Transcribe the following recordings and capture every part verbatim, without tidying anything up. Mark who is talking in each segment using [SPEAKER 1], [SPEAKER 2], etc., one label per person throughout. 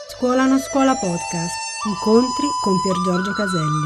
[SPEAKER 1] Scuola non scuola podcast. Incontri con Pier Giorgio Caselli.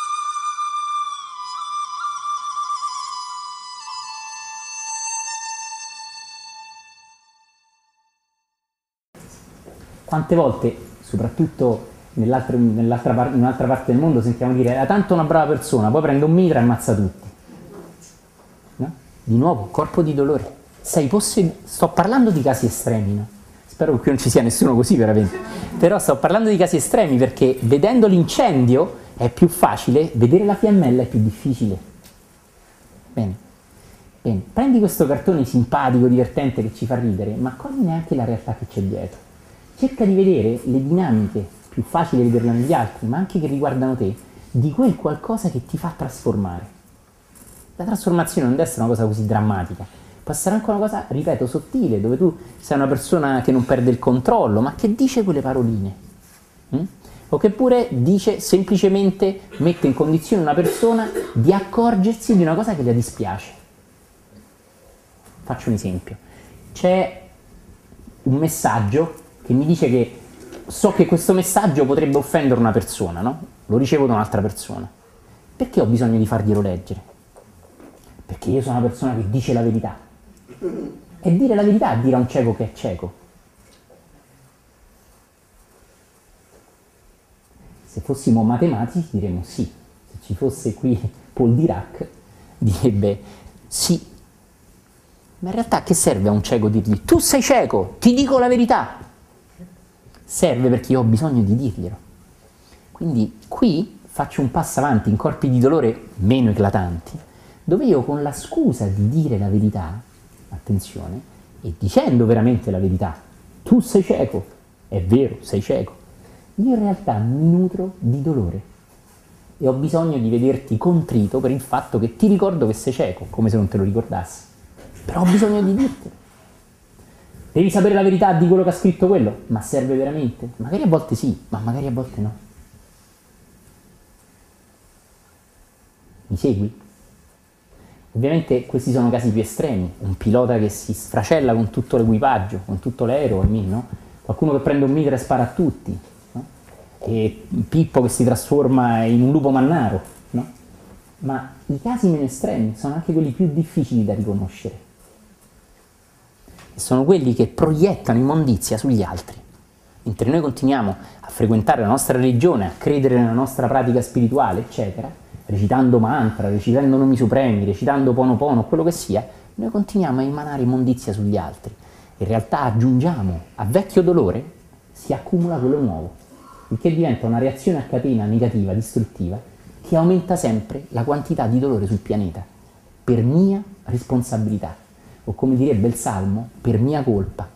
[SPEAKER 2] Quante volte, soprattutto nell'altra, nell'altra par- in un'altra parte del mondo, sentiamo dire era tanto una brava persona, poi prende un mitra e ammazza tutti. No? Di nuovo, corpo di dolore. Sei posse- sto parlando di casi estremi, no? Spero che qui non ci sia nessuno così veramente. Però sto parlando di casi estremi perché vedendo l'incendio è più facile, vedere la fiammella è più difficile. Bene. Bene. Prendi questo cartone simpatico, divertente che ci fa ridere, ma cogli anche la realtà che c'è dietro. Cerca di vedere le dinamiche, più facile vederle negli altri, ma anche che riguardano te, di quel qualcosa che ti fa trasformare. La trasformazione non deve essere una cosa così drammatica, può essere anche una cosa, ripeto, sottile, dove tu sei una persona che non perde il controllo, ma che dice quelle paroline. Mm? O che pure dice semplicemente, mette in condizione una persona di accorgersi di una cosa che le dispiace. Faccio un esempio. C'è un messaggio che mi dice che so che questo messaggio potrebbe offendere una persona, no? Lo ricevo da un'altra persona. Perché ho bisogno di farglielo leggere? Perché io sono una persona che dice la verità. E dire la verità è dire a un cieco che è cieco. Se fossimo matematici diremmo sì. Se ci fosse qui Paul Dirac direbbe sì. Ma in realtà che serve a un cieco dirgli tu sei cieco, ti dico la verità? Serve perché io ho bisogno di dirglielo. Quindi qui faccio un passo avanti in corpi di dolore meno eclatanti, dove io con la scusa di dire la verità, attenzione, e dicendo veramente la verità, tu sei cieco, è vero, sei cieco, io in realtà mi nutro di dolore e ho bisogno di vederti contrito per il fatto che ti ricordo che sei cieco, come se non te lo ricordassi, però ho bisogno di dirtelo. Devi sapere la verità di quello che ha scritto quello, ma serve veramente? Magari a volte sì, ma magari a volte no. Mi segui? Ovviamente questi sono casi più estremi, un pilota che si sfracella con tutto l'equipaggio, con tutto l'aereo, no? Qualcuno che prende un mitra e spara a tutti, no? E Pippo che si trasforma in un lupo mannaro, no? Ma i casi meno estremi sono anche quelli più difficili da riconoscere. E sono quelli che proiettano immondizia sugli altri. Mentre noi continuiamo a frequentare la nostra religione, a credere nella nostra pratica spirituale, eccetera, recitando mantra, recitando nomi supremi, recitando pono pono, quello che sia, noi continuiamo a emanare immondizia sugli altri. In realtà aggiungiamo a vecchio dolore, si accumula quello nuovo, il che diventa una reazione a catena negativa, distruttiva, che aumenta sempre la quantità di dolore sul pianeta, per mia responsabilità. O come direbbe il Salmo, per mia colpa.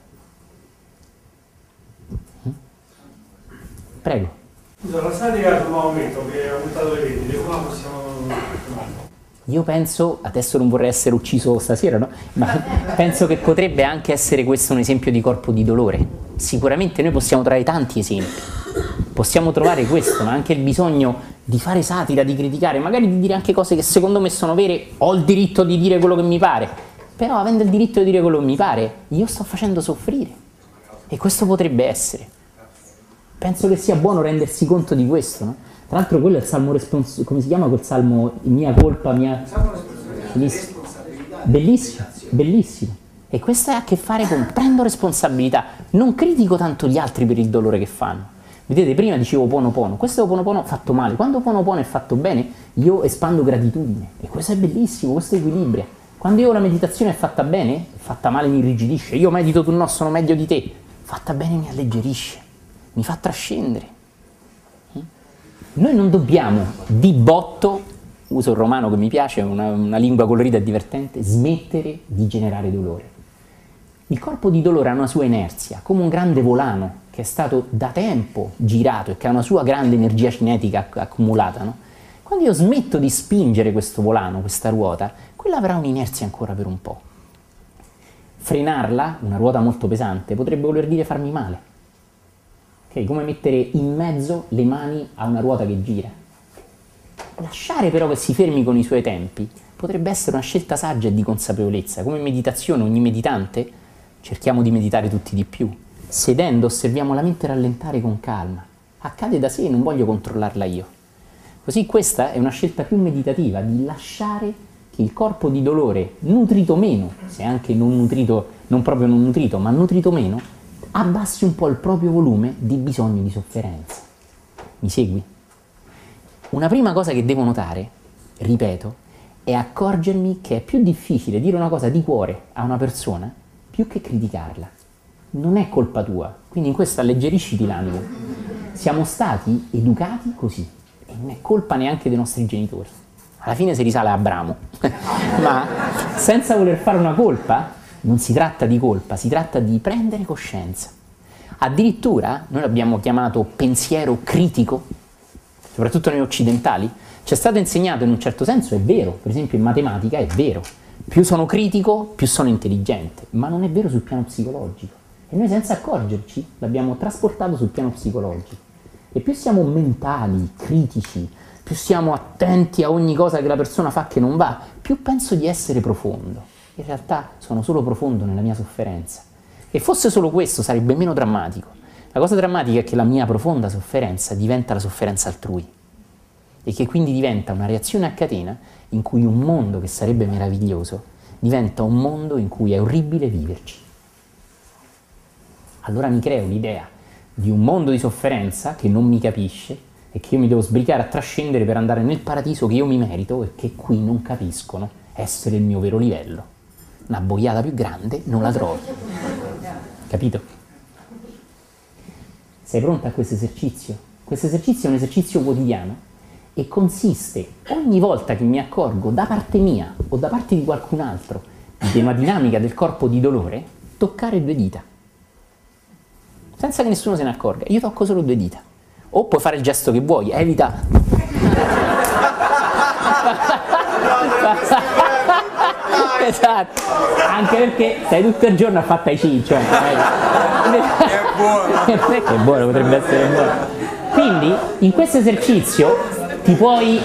[SPEAKER 2] Prego.
[SPEAKER 3] Scusa, la statica è arrivata un momento che ha aumentato le vendite, come possiamo...
[SPEAKER 2] Io penso, adesso non vorrei essere ucciso stasera, no? Ma penso che potrebbe anche essere questo un esempio di corpo di dolore. Sicuramente noi possiamo trovare tanti esempi. Possiamo trovare questo, ma anche il bisogno di fare satira, di criticare, magari di dire anche cose che secondo me sono vere, ho il diritto di dire quello che mi pare. Però avendo il diritto di dire quello che mi pare, io sto facendo soffrire. E questo potrebbe essere. Penso che sia buono rendersi conto di questo, no? Tra l'altro quello è il salmo responsabile, come si chiama quel salmo? Mia colpa, mia... Bellissimo, bellissimo, bellissimo. E questo ha a che fare con prendo responsabilità. Non critico tanto gli altri per il dolore che fanno. Vedete, prima dicevo pono pono, questo pono pono fatto male. Quando pono pono è fatto bene, io espando gratitudine. E questo è bellissimo, questo equilibria. Quando io la meditazione è fatta bene, fatta male mi irrigidisce, io medito tu no, sono meglio di te, fatta bene mi alleggerisce, mi fa trascendere. Noi non dobbiamo di botto, uso il romano che mi piace, una, una lingua colorita e divertente, smettere di generare dolore. Il corpo di dolore ha una sua inerzia, come un grande volano che è stato da tempo girato e che ha una sua grande energia cinetica accumulata, no? Quando io smetto di spingere questo volano, questa ruota, quella avrà un'inerzia ancora per un po'. Frenarla, una ruota molto pesante, potrebbe voler dire farmi male. Okay? Come mettere in mezzo le mani a una ruota che gira. Lasciare però che si fermi con i suoi tempi potrebbe essere una scelta saggia e di consapevolezza. Come in meditazione, ogni meditante, cerchiamo di meditare tutti di più. sedendo osserviamo la mente rallentare con calma. Accade da sé e non voglio controllarla io. Così questa è una scelta più meditativa, di lasciare che il corpo di dolore, nutrito meno, se anche non nutrito, non proprio non nutrito, ma nutrito meno, abbassi un po' il proprio volume di bisogno di sofferenza. Mi segui? Una prima cosa che devo notare, ripeto, è accorgermi che è più difficile dire una cosa di cuore a una persona più che criticarla. Non è colpa tua, quindi in questo alleggerisciti l'animo. Siamo stati educati così e non è colpa neanche dei nostri genitori. Alla fine si risale a Abramo. Ma senza voler fare una colpa, non si tratta di colpa, si tratta di prendere coscienza. Addirittura noi l'abbiamo chiamato pensiero critico, soprattutto noi occidentali. Ci è stato insegnato in un certo senso, è vero, per esempio in matematica è vero, più sono critico più sono intelligente, ma non è vero sul piano psicologico. E noi senza accorgerci l'abbiamo trasportato sul piano psicologico. E più siamo mentali, critici, più siamo attenti a ogni cosa che la persona fa che non va, più penso di essere profondo. In realtà sono solo profondo nella mia sofferenza. E fosse solo questo sarebbe meno drammatico. La cosa drammatica è che la mia profonda sofferenza diventa la sofferenza altrui. E che quindi diventa una reazione a catena in cui un mondo che sarebbe meraviglioso diventa un mondo in cui è orribile viverci. Allora mi creo l'idea di un mondo di sofferenza che non mi capisce e che io mi devo sbrigare a trascendere per andare nel paradiso che io mi merito e che qui non capiscono essere il mio vero livello. Una boiata più grande non la trovo. Capito? Sei pronta a questo esercizio? Questo esercizio è un esercizio quotidiano e consiste, ogni volta che mi accorgo da parte mia o da parte di qualcun altro di una dinamica del corpo di dolore, toccare due dita. Senza che nessuno se ne accorga. Io tocco solo due dita. O puoi fare il gesto che vuoi, evita. Esatto. Anche perché stai tutto il giorno a fare tai chi, cioè. È buono. È buono, potrebbe essere buono. Quindi, in questo esercizio ti puoi...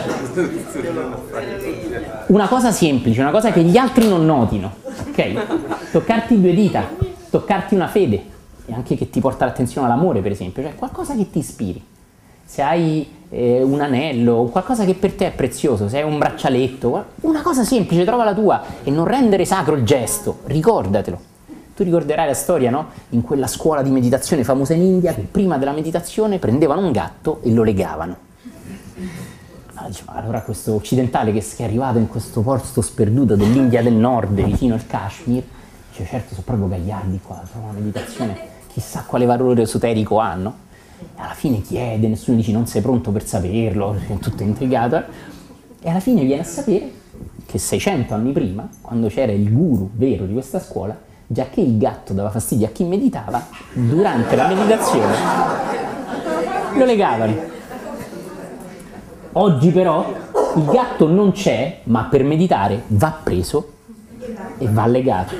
[SPEAKER 2] Una cosa semplice, una cosa che gli altri non notino, ok? Toccarti due dita, toccarti una fede. E anche che ti porta l'attenzione all'amore, per esempio, cioè qualcosa che ti ispiri. Se hai eh, un anello, qualcosa che per te è prezioso, se hai un braccialetto, una cosa semplice, trova la tua e non rendere sacro il gesto, ricordatelo. Tu ricorderai la storia, no? In quella scuola di meditazione famosa in India, che prima della meditazione prendevano un gatto e lo legavano. Allora, diciamo, allora questo occidentale che è arrivato in questo posto sperduto dell'India del Nord, vicino al Kashmir, dice, certo, sono proprio gagliardi qua, sono una meditazione, chissà quale valore esoterico hanno. E alla fine chiede, nessuno dice non sei pronto per saperlo, è tutto intrigato. E alla fine viene a sapere che seicento anni prima, quando c'era il guru vero di questa scuola, già che il gatto dava fastidio a chi meditava, durante la meditazione lo legavano. Oggi però il gatto non c'è, ma per meditare va preso e va legato.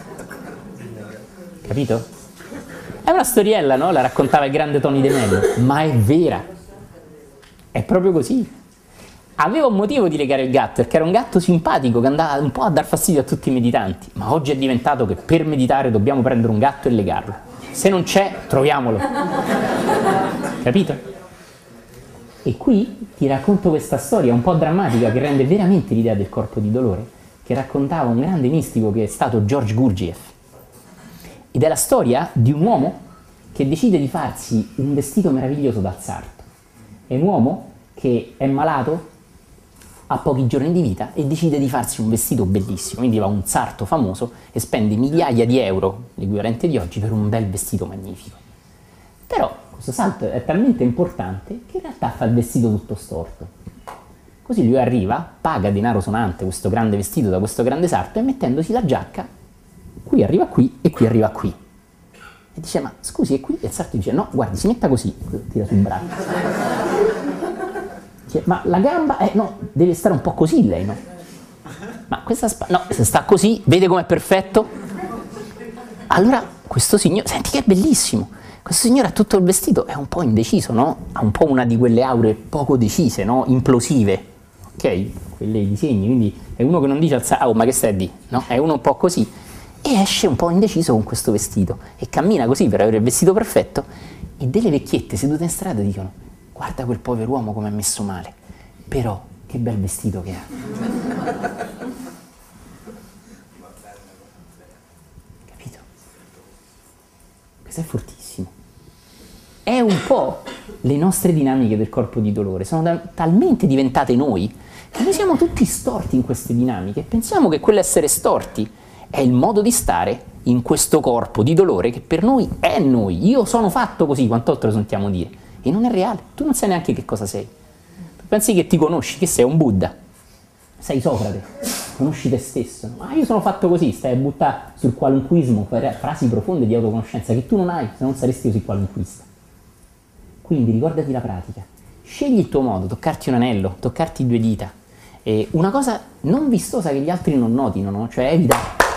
[SPEAKER 2] Capito? È una storiella, no? La raccontava il grande Tony De Mello, ma è vera. È proprio così. Aveva un motivo di legare il gatto, perché era un gatto simpatico che andava un po' a dar fastidio a tutti i meditanti, ma oggi è diventato che per meditare dobbiamo prendere un gatto e legarlo. Se non c'è, troviamolo. Capito? E qui ti racconto questa storia un po' drammatica che rende veramente l'idea del corpo di dolore, che raccontava un grande mistico che è stato George Gurdjieff. Ed è la storia di un uomo che decide di farsi un vestito meraviglioso dal sarto. È un uomo che è malato, ha pochi giorni di vita e decide di farsi un vestito bellissimo. Quindi va a un sarto famoso e spende migliaia di euro, l'equivalente di oggi, per un bel vestito magnifico. Però questo salto è talmente importante che in realtà fa il vestito tutto storto. Così lui arriva, paga denaro sonante questo grande vestito da questo grande sarto e mettendosi la giacca, qui arriva qui e qui arriva qui. E dice, ma scusi, è qui? E il sarto dice, no, guardi, si metta così, tira sul braccio. Dice, ma la gamba, eh no, deve stare un po' così lei, no? Ma questa spalla, no, se sta così, vede com'è perfetto? Allora, questo signore, senti che è bellissimo, questo signore ha tutto il vestito, è un po' indeciso, no? Ha un po' una di quelle aure poco decise, no? Implosive, ok? Quelle disegni, quindi è uno che non dice al sarto, oh, ma che stai a dire? No? È uno un po' così. e esce un po' indeciso con questo vestito e cammina così per avere il vestito perfetto e delle vecchiette sedute in strada dicono: guarda quel pover'uomo come è messo male, però che bel vestito che ha. Capito? Questo è fortissimo. È un po' le nostre dinamiche del corpo di dolore, sono da, talmente diventate noi che noi siamo tutti storti in queste dinamiche e pensiamo che quell'essere storti è il modo di stare in questo corpo di dolore che per noi è noi. Io sono fatto così, quante volte lo sentiamo dire, e non è reale, tu non sai neanche che cosa sei. Tu pensi che ti conosci, che sei un Buddha, sei Socrate, conosci te stesso. Ma ah, io sono fatto così, stai a buttare sul qualunquismo frasi profonde di autoconoscenza che tu non hai, se non saresti così qualunquista. Quindi ricordati la pratica, scegli il tuo modo, toccarti un anello, toccarti due dita, e una cosa non vistosa che gli altri non notino, no? Cioè evita,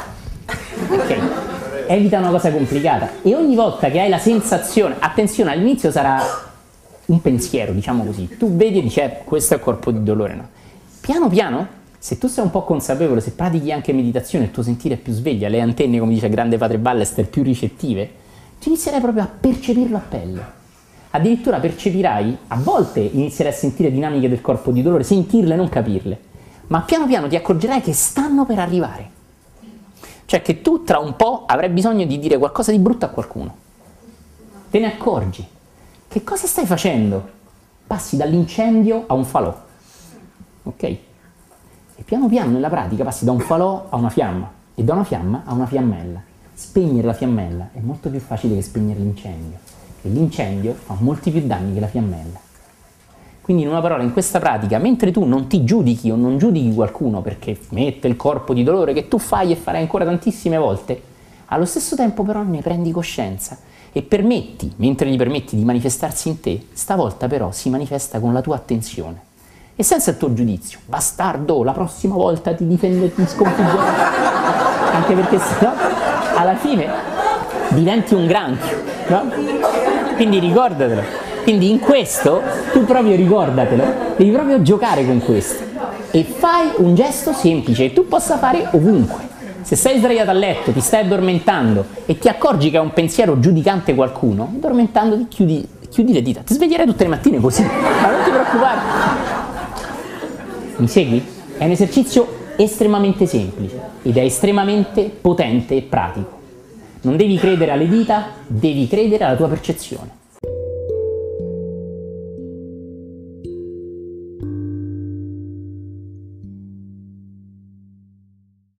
[SPEAKER 2] okay. evita una cosa complicata, e ogni volta che hai la sensazione, attenzione, all'inizio sarà un pensiero, diciamo così, tu vedi e dici eh, questo è il corpo di dolore, no? Piano piano, se tu sei un po' consapevole, se pratichi anche meditazione, il tuo sentire è più sveglia, le antenne, come dice il grande padre Ballester, più ricettive, tu inizierai proprio a percepirlo a pelle. Addirittura percepirai, a volte inizierai a sentire dinamiche del corpo di dolore, sentirle, non capirle, ma piano piano ti accorgerai che stanno per arrivare. Cioè che tu tra un po' avrai bisogno di dire qualcosa di brutto a qualcuno. Te ne accorgi. Che cosa stai facendo? Passi dall'incendio a un falò. Ok? E piano piano nella pratica passi da un falò a una fiamma, e da una fiamma a una fiammella. Spegnere la fiammella è molto più facile che spegnere l'incendio. E l'incendio fa molti più danni che la fiammella. Quindi in una parola, in questa pratica, mentre tu non ti giudichi o non giudichi qualcuno perché mette il corpo di dolore che tu fai e farai ancora tantissime volte, allo stesso tempo però ne prendi coscienza e permetti, mentre gli permetti di manifestarsi in te, stavolta però si manifesta con la tua attenzione e senza il tuo giudizio. Bastardo, la prossima volta ti difendo, ti sconfiggerò. Anche perché sennò alla fine diventi un granchio, no? Quindi ricordatelo, quindi in questo tu proprio ricordatelo, devi proprio giocare con questo e fai un gesto semplice che tu possa fare ovunque. Se sei sdraiato a letto, ti stai addormentando e ti accorgi che è un pensiero giudicante qualcuno, addormentandoti chiudi, chiudi le dita, ti sveglierai tutte le mattine così, ma non ti preoccupare. Mi segui? È un esercizio estremamente semplice ed è estremamente potente e pratico. Non devi credere alle dita, devi credere alla tua percezione.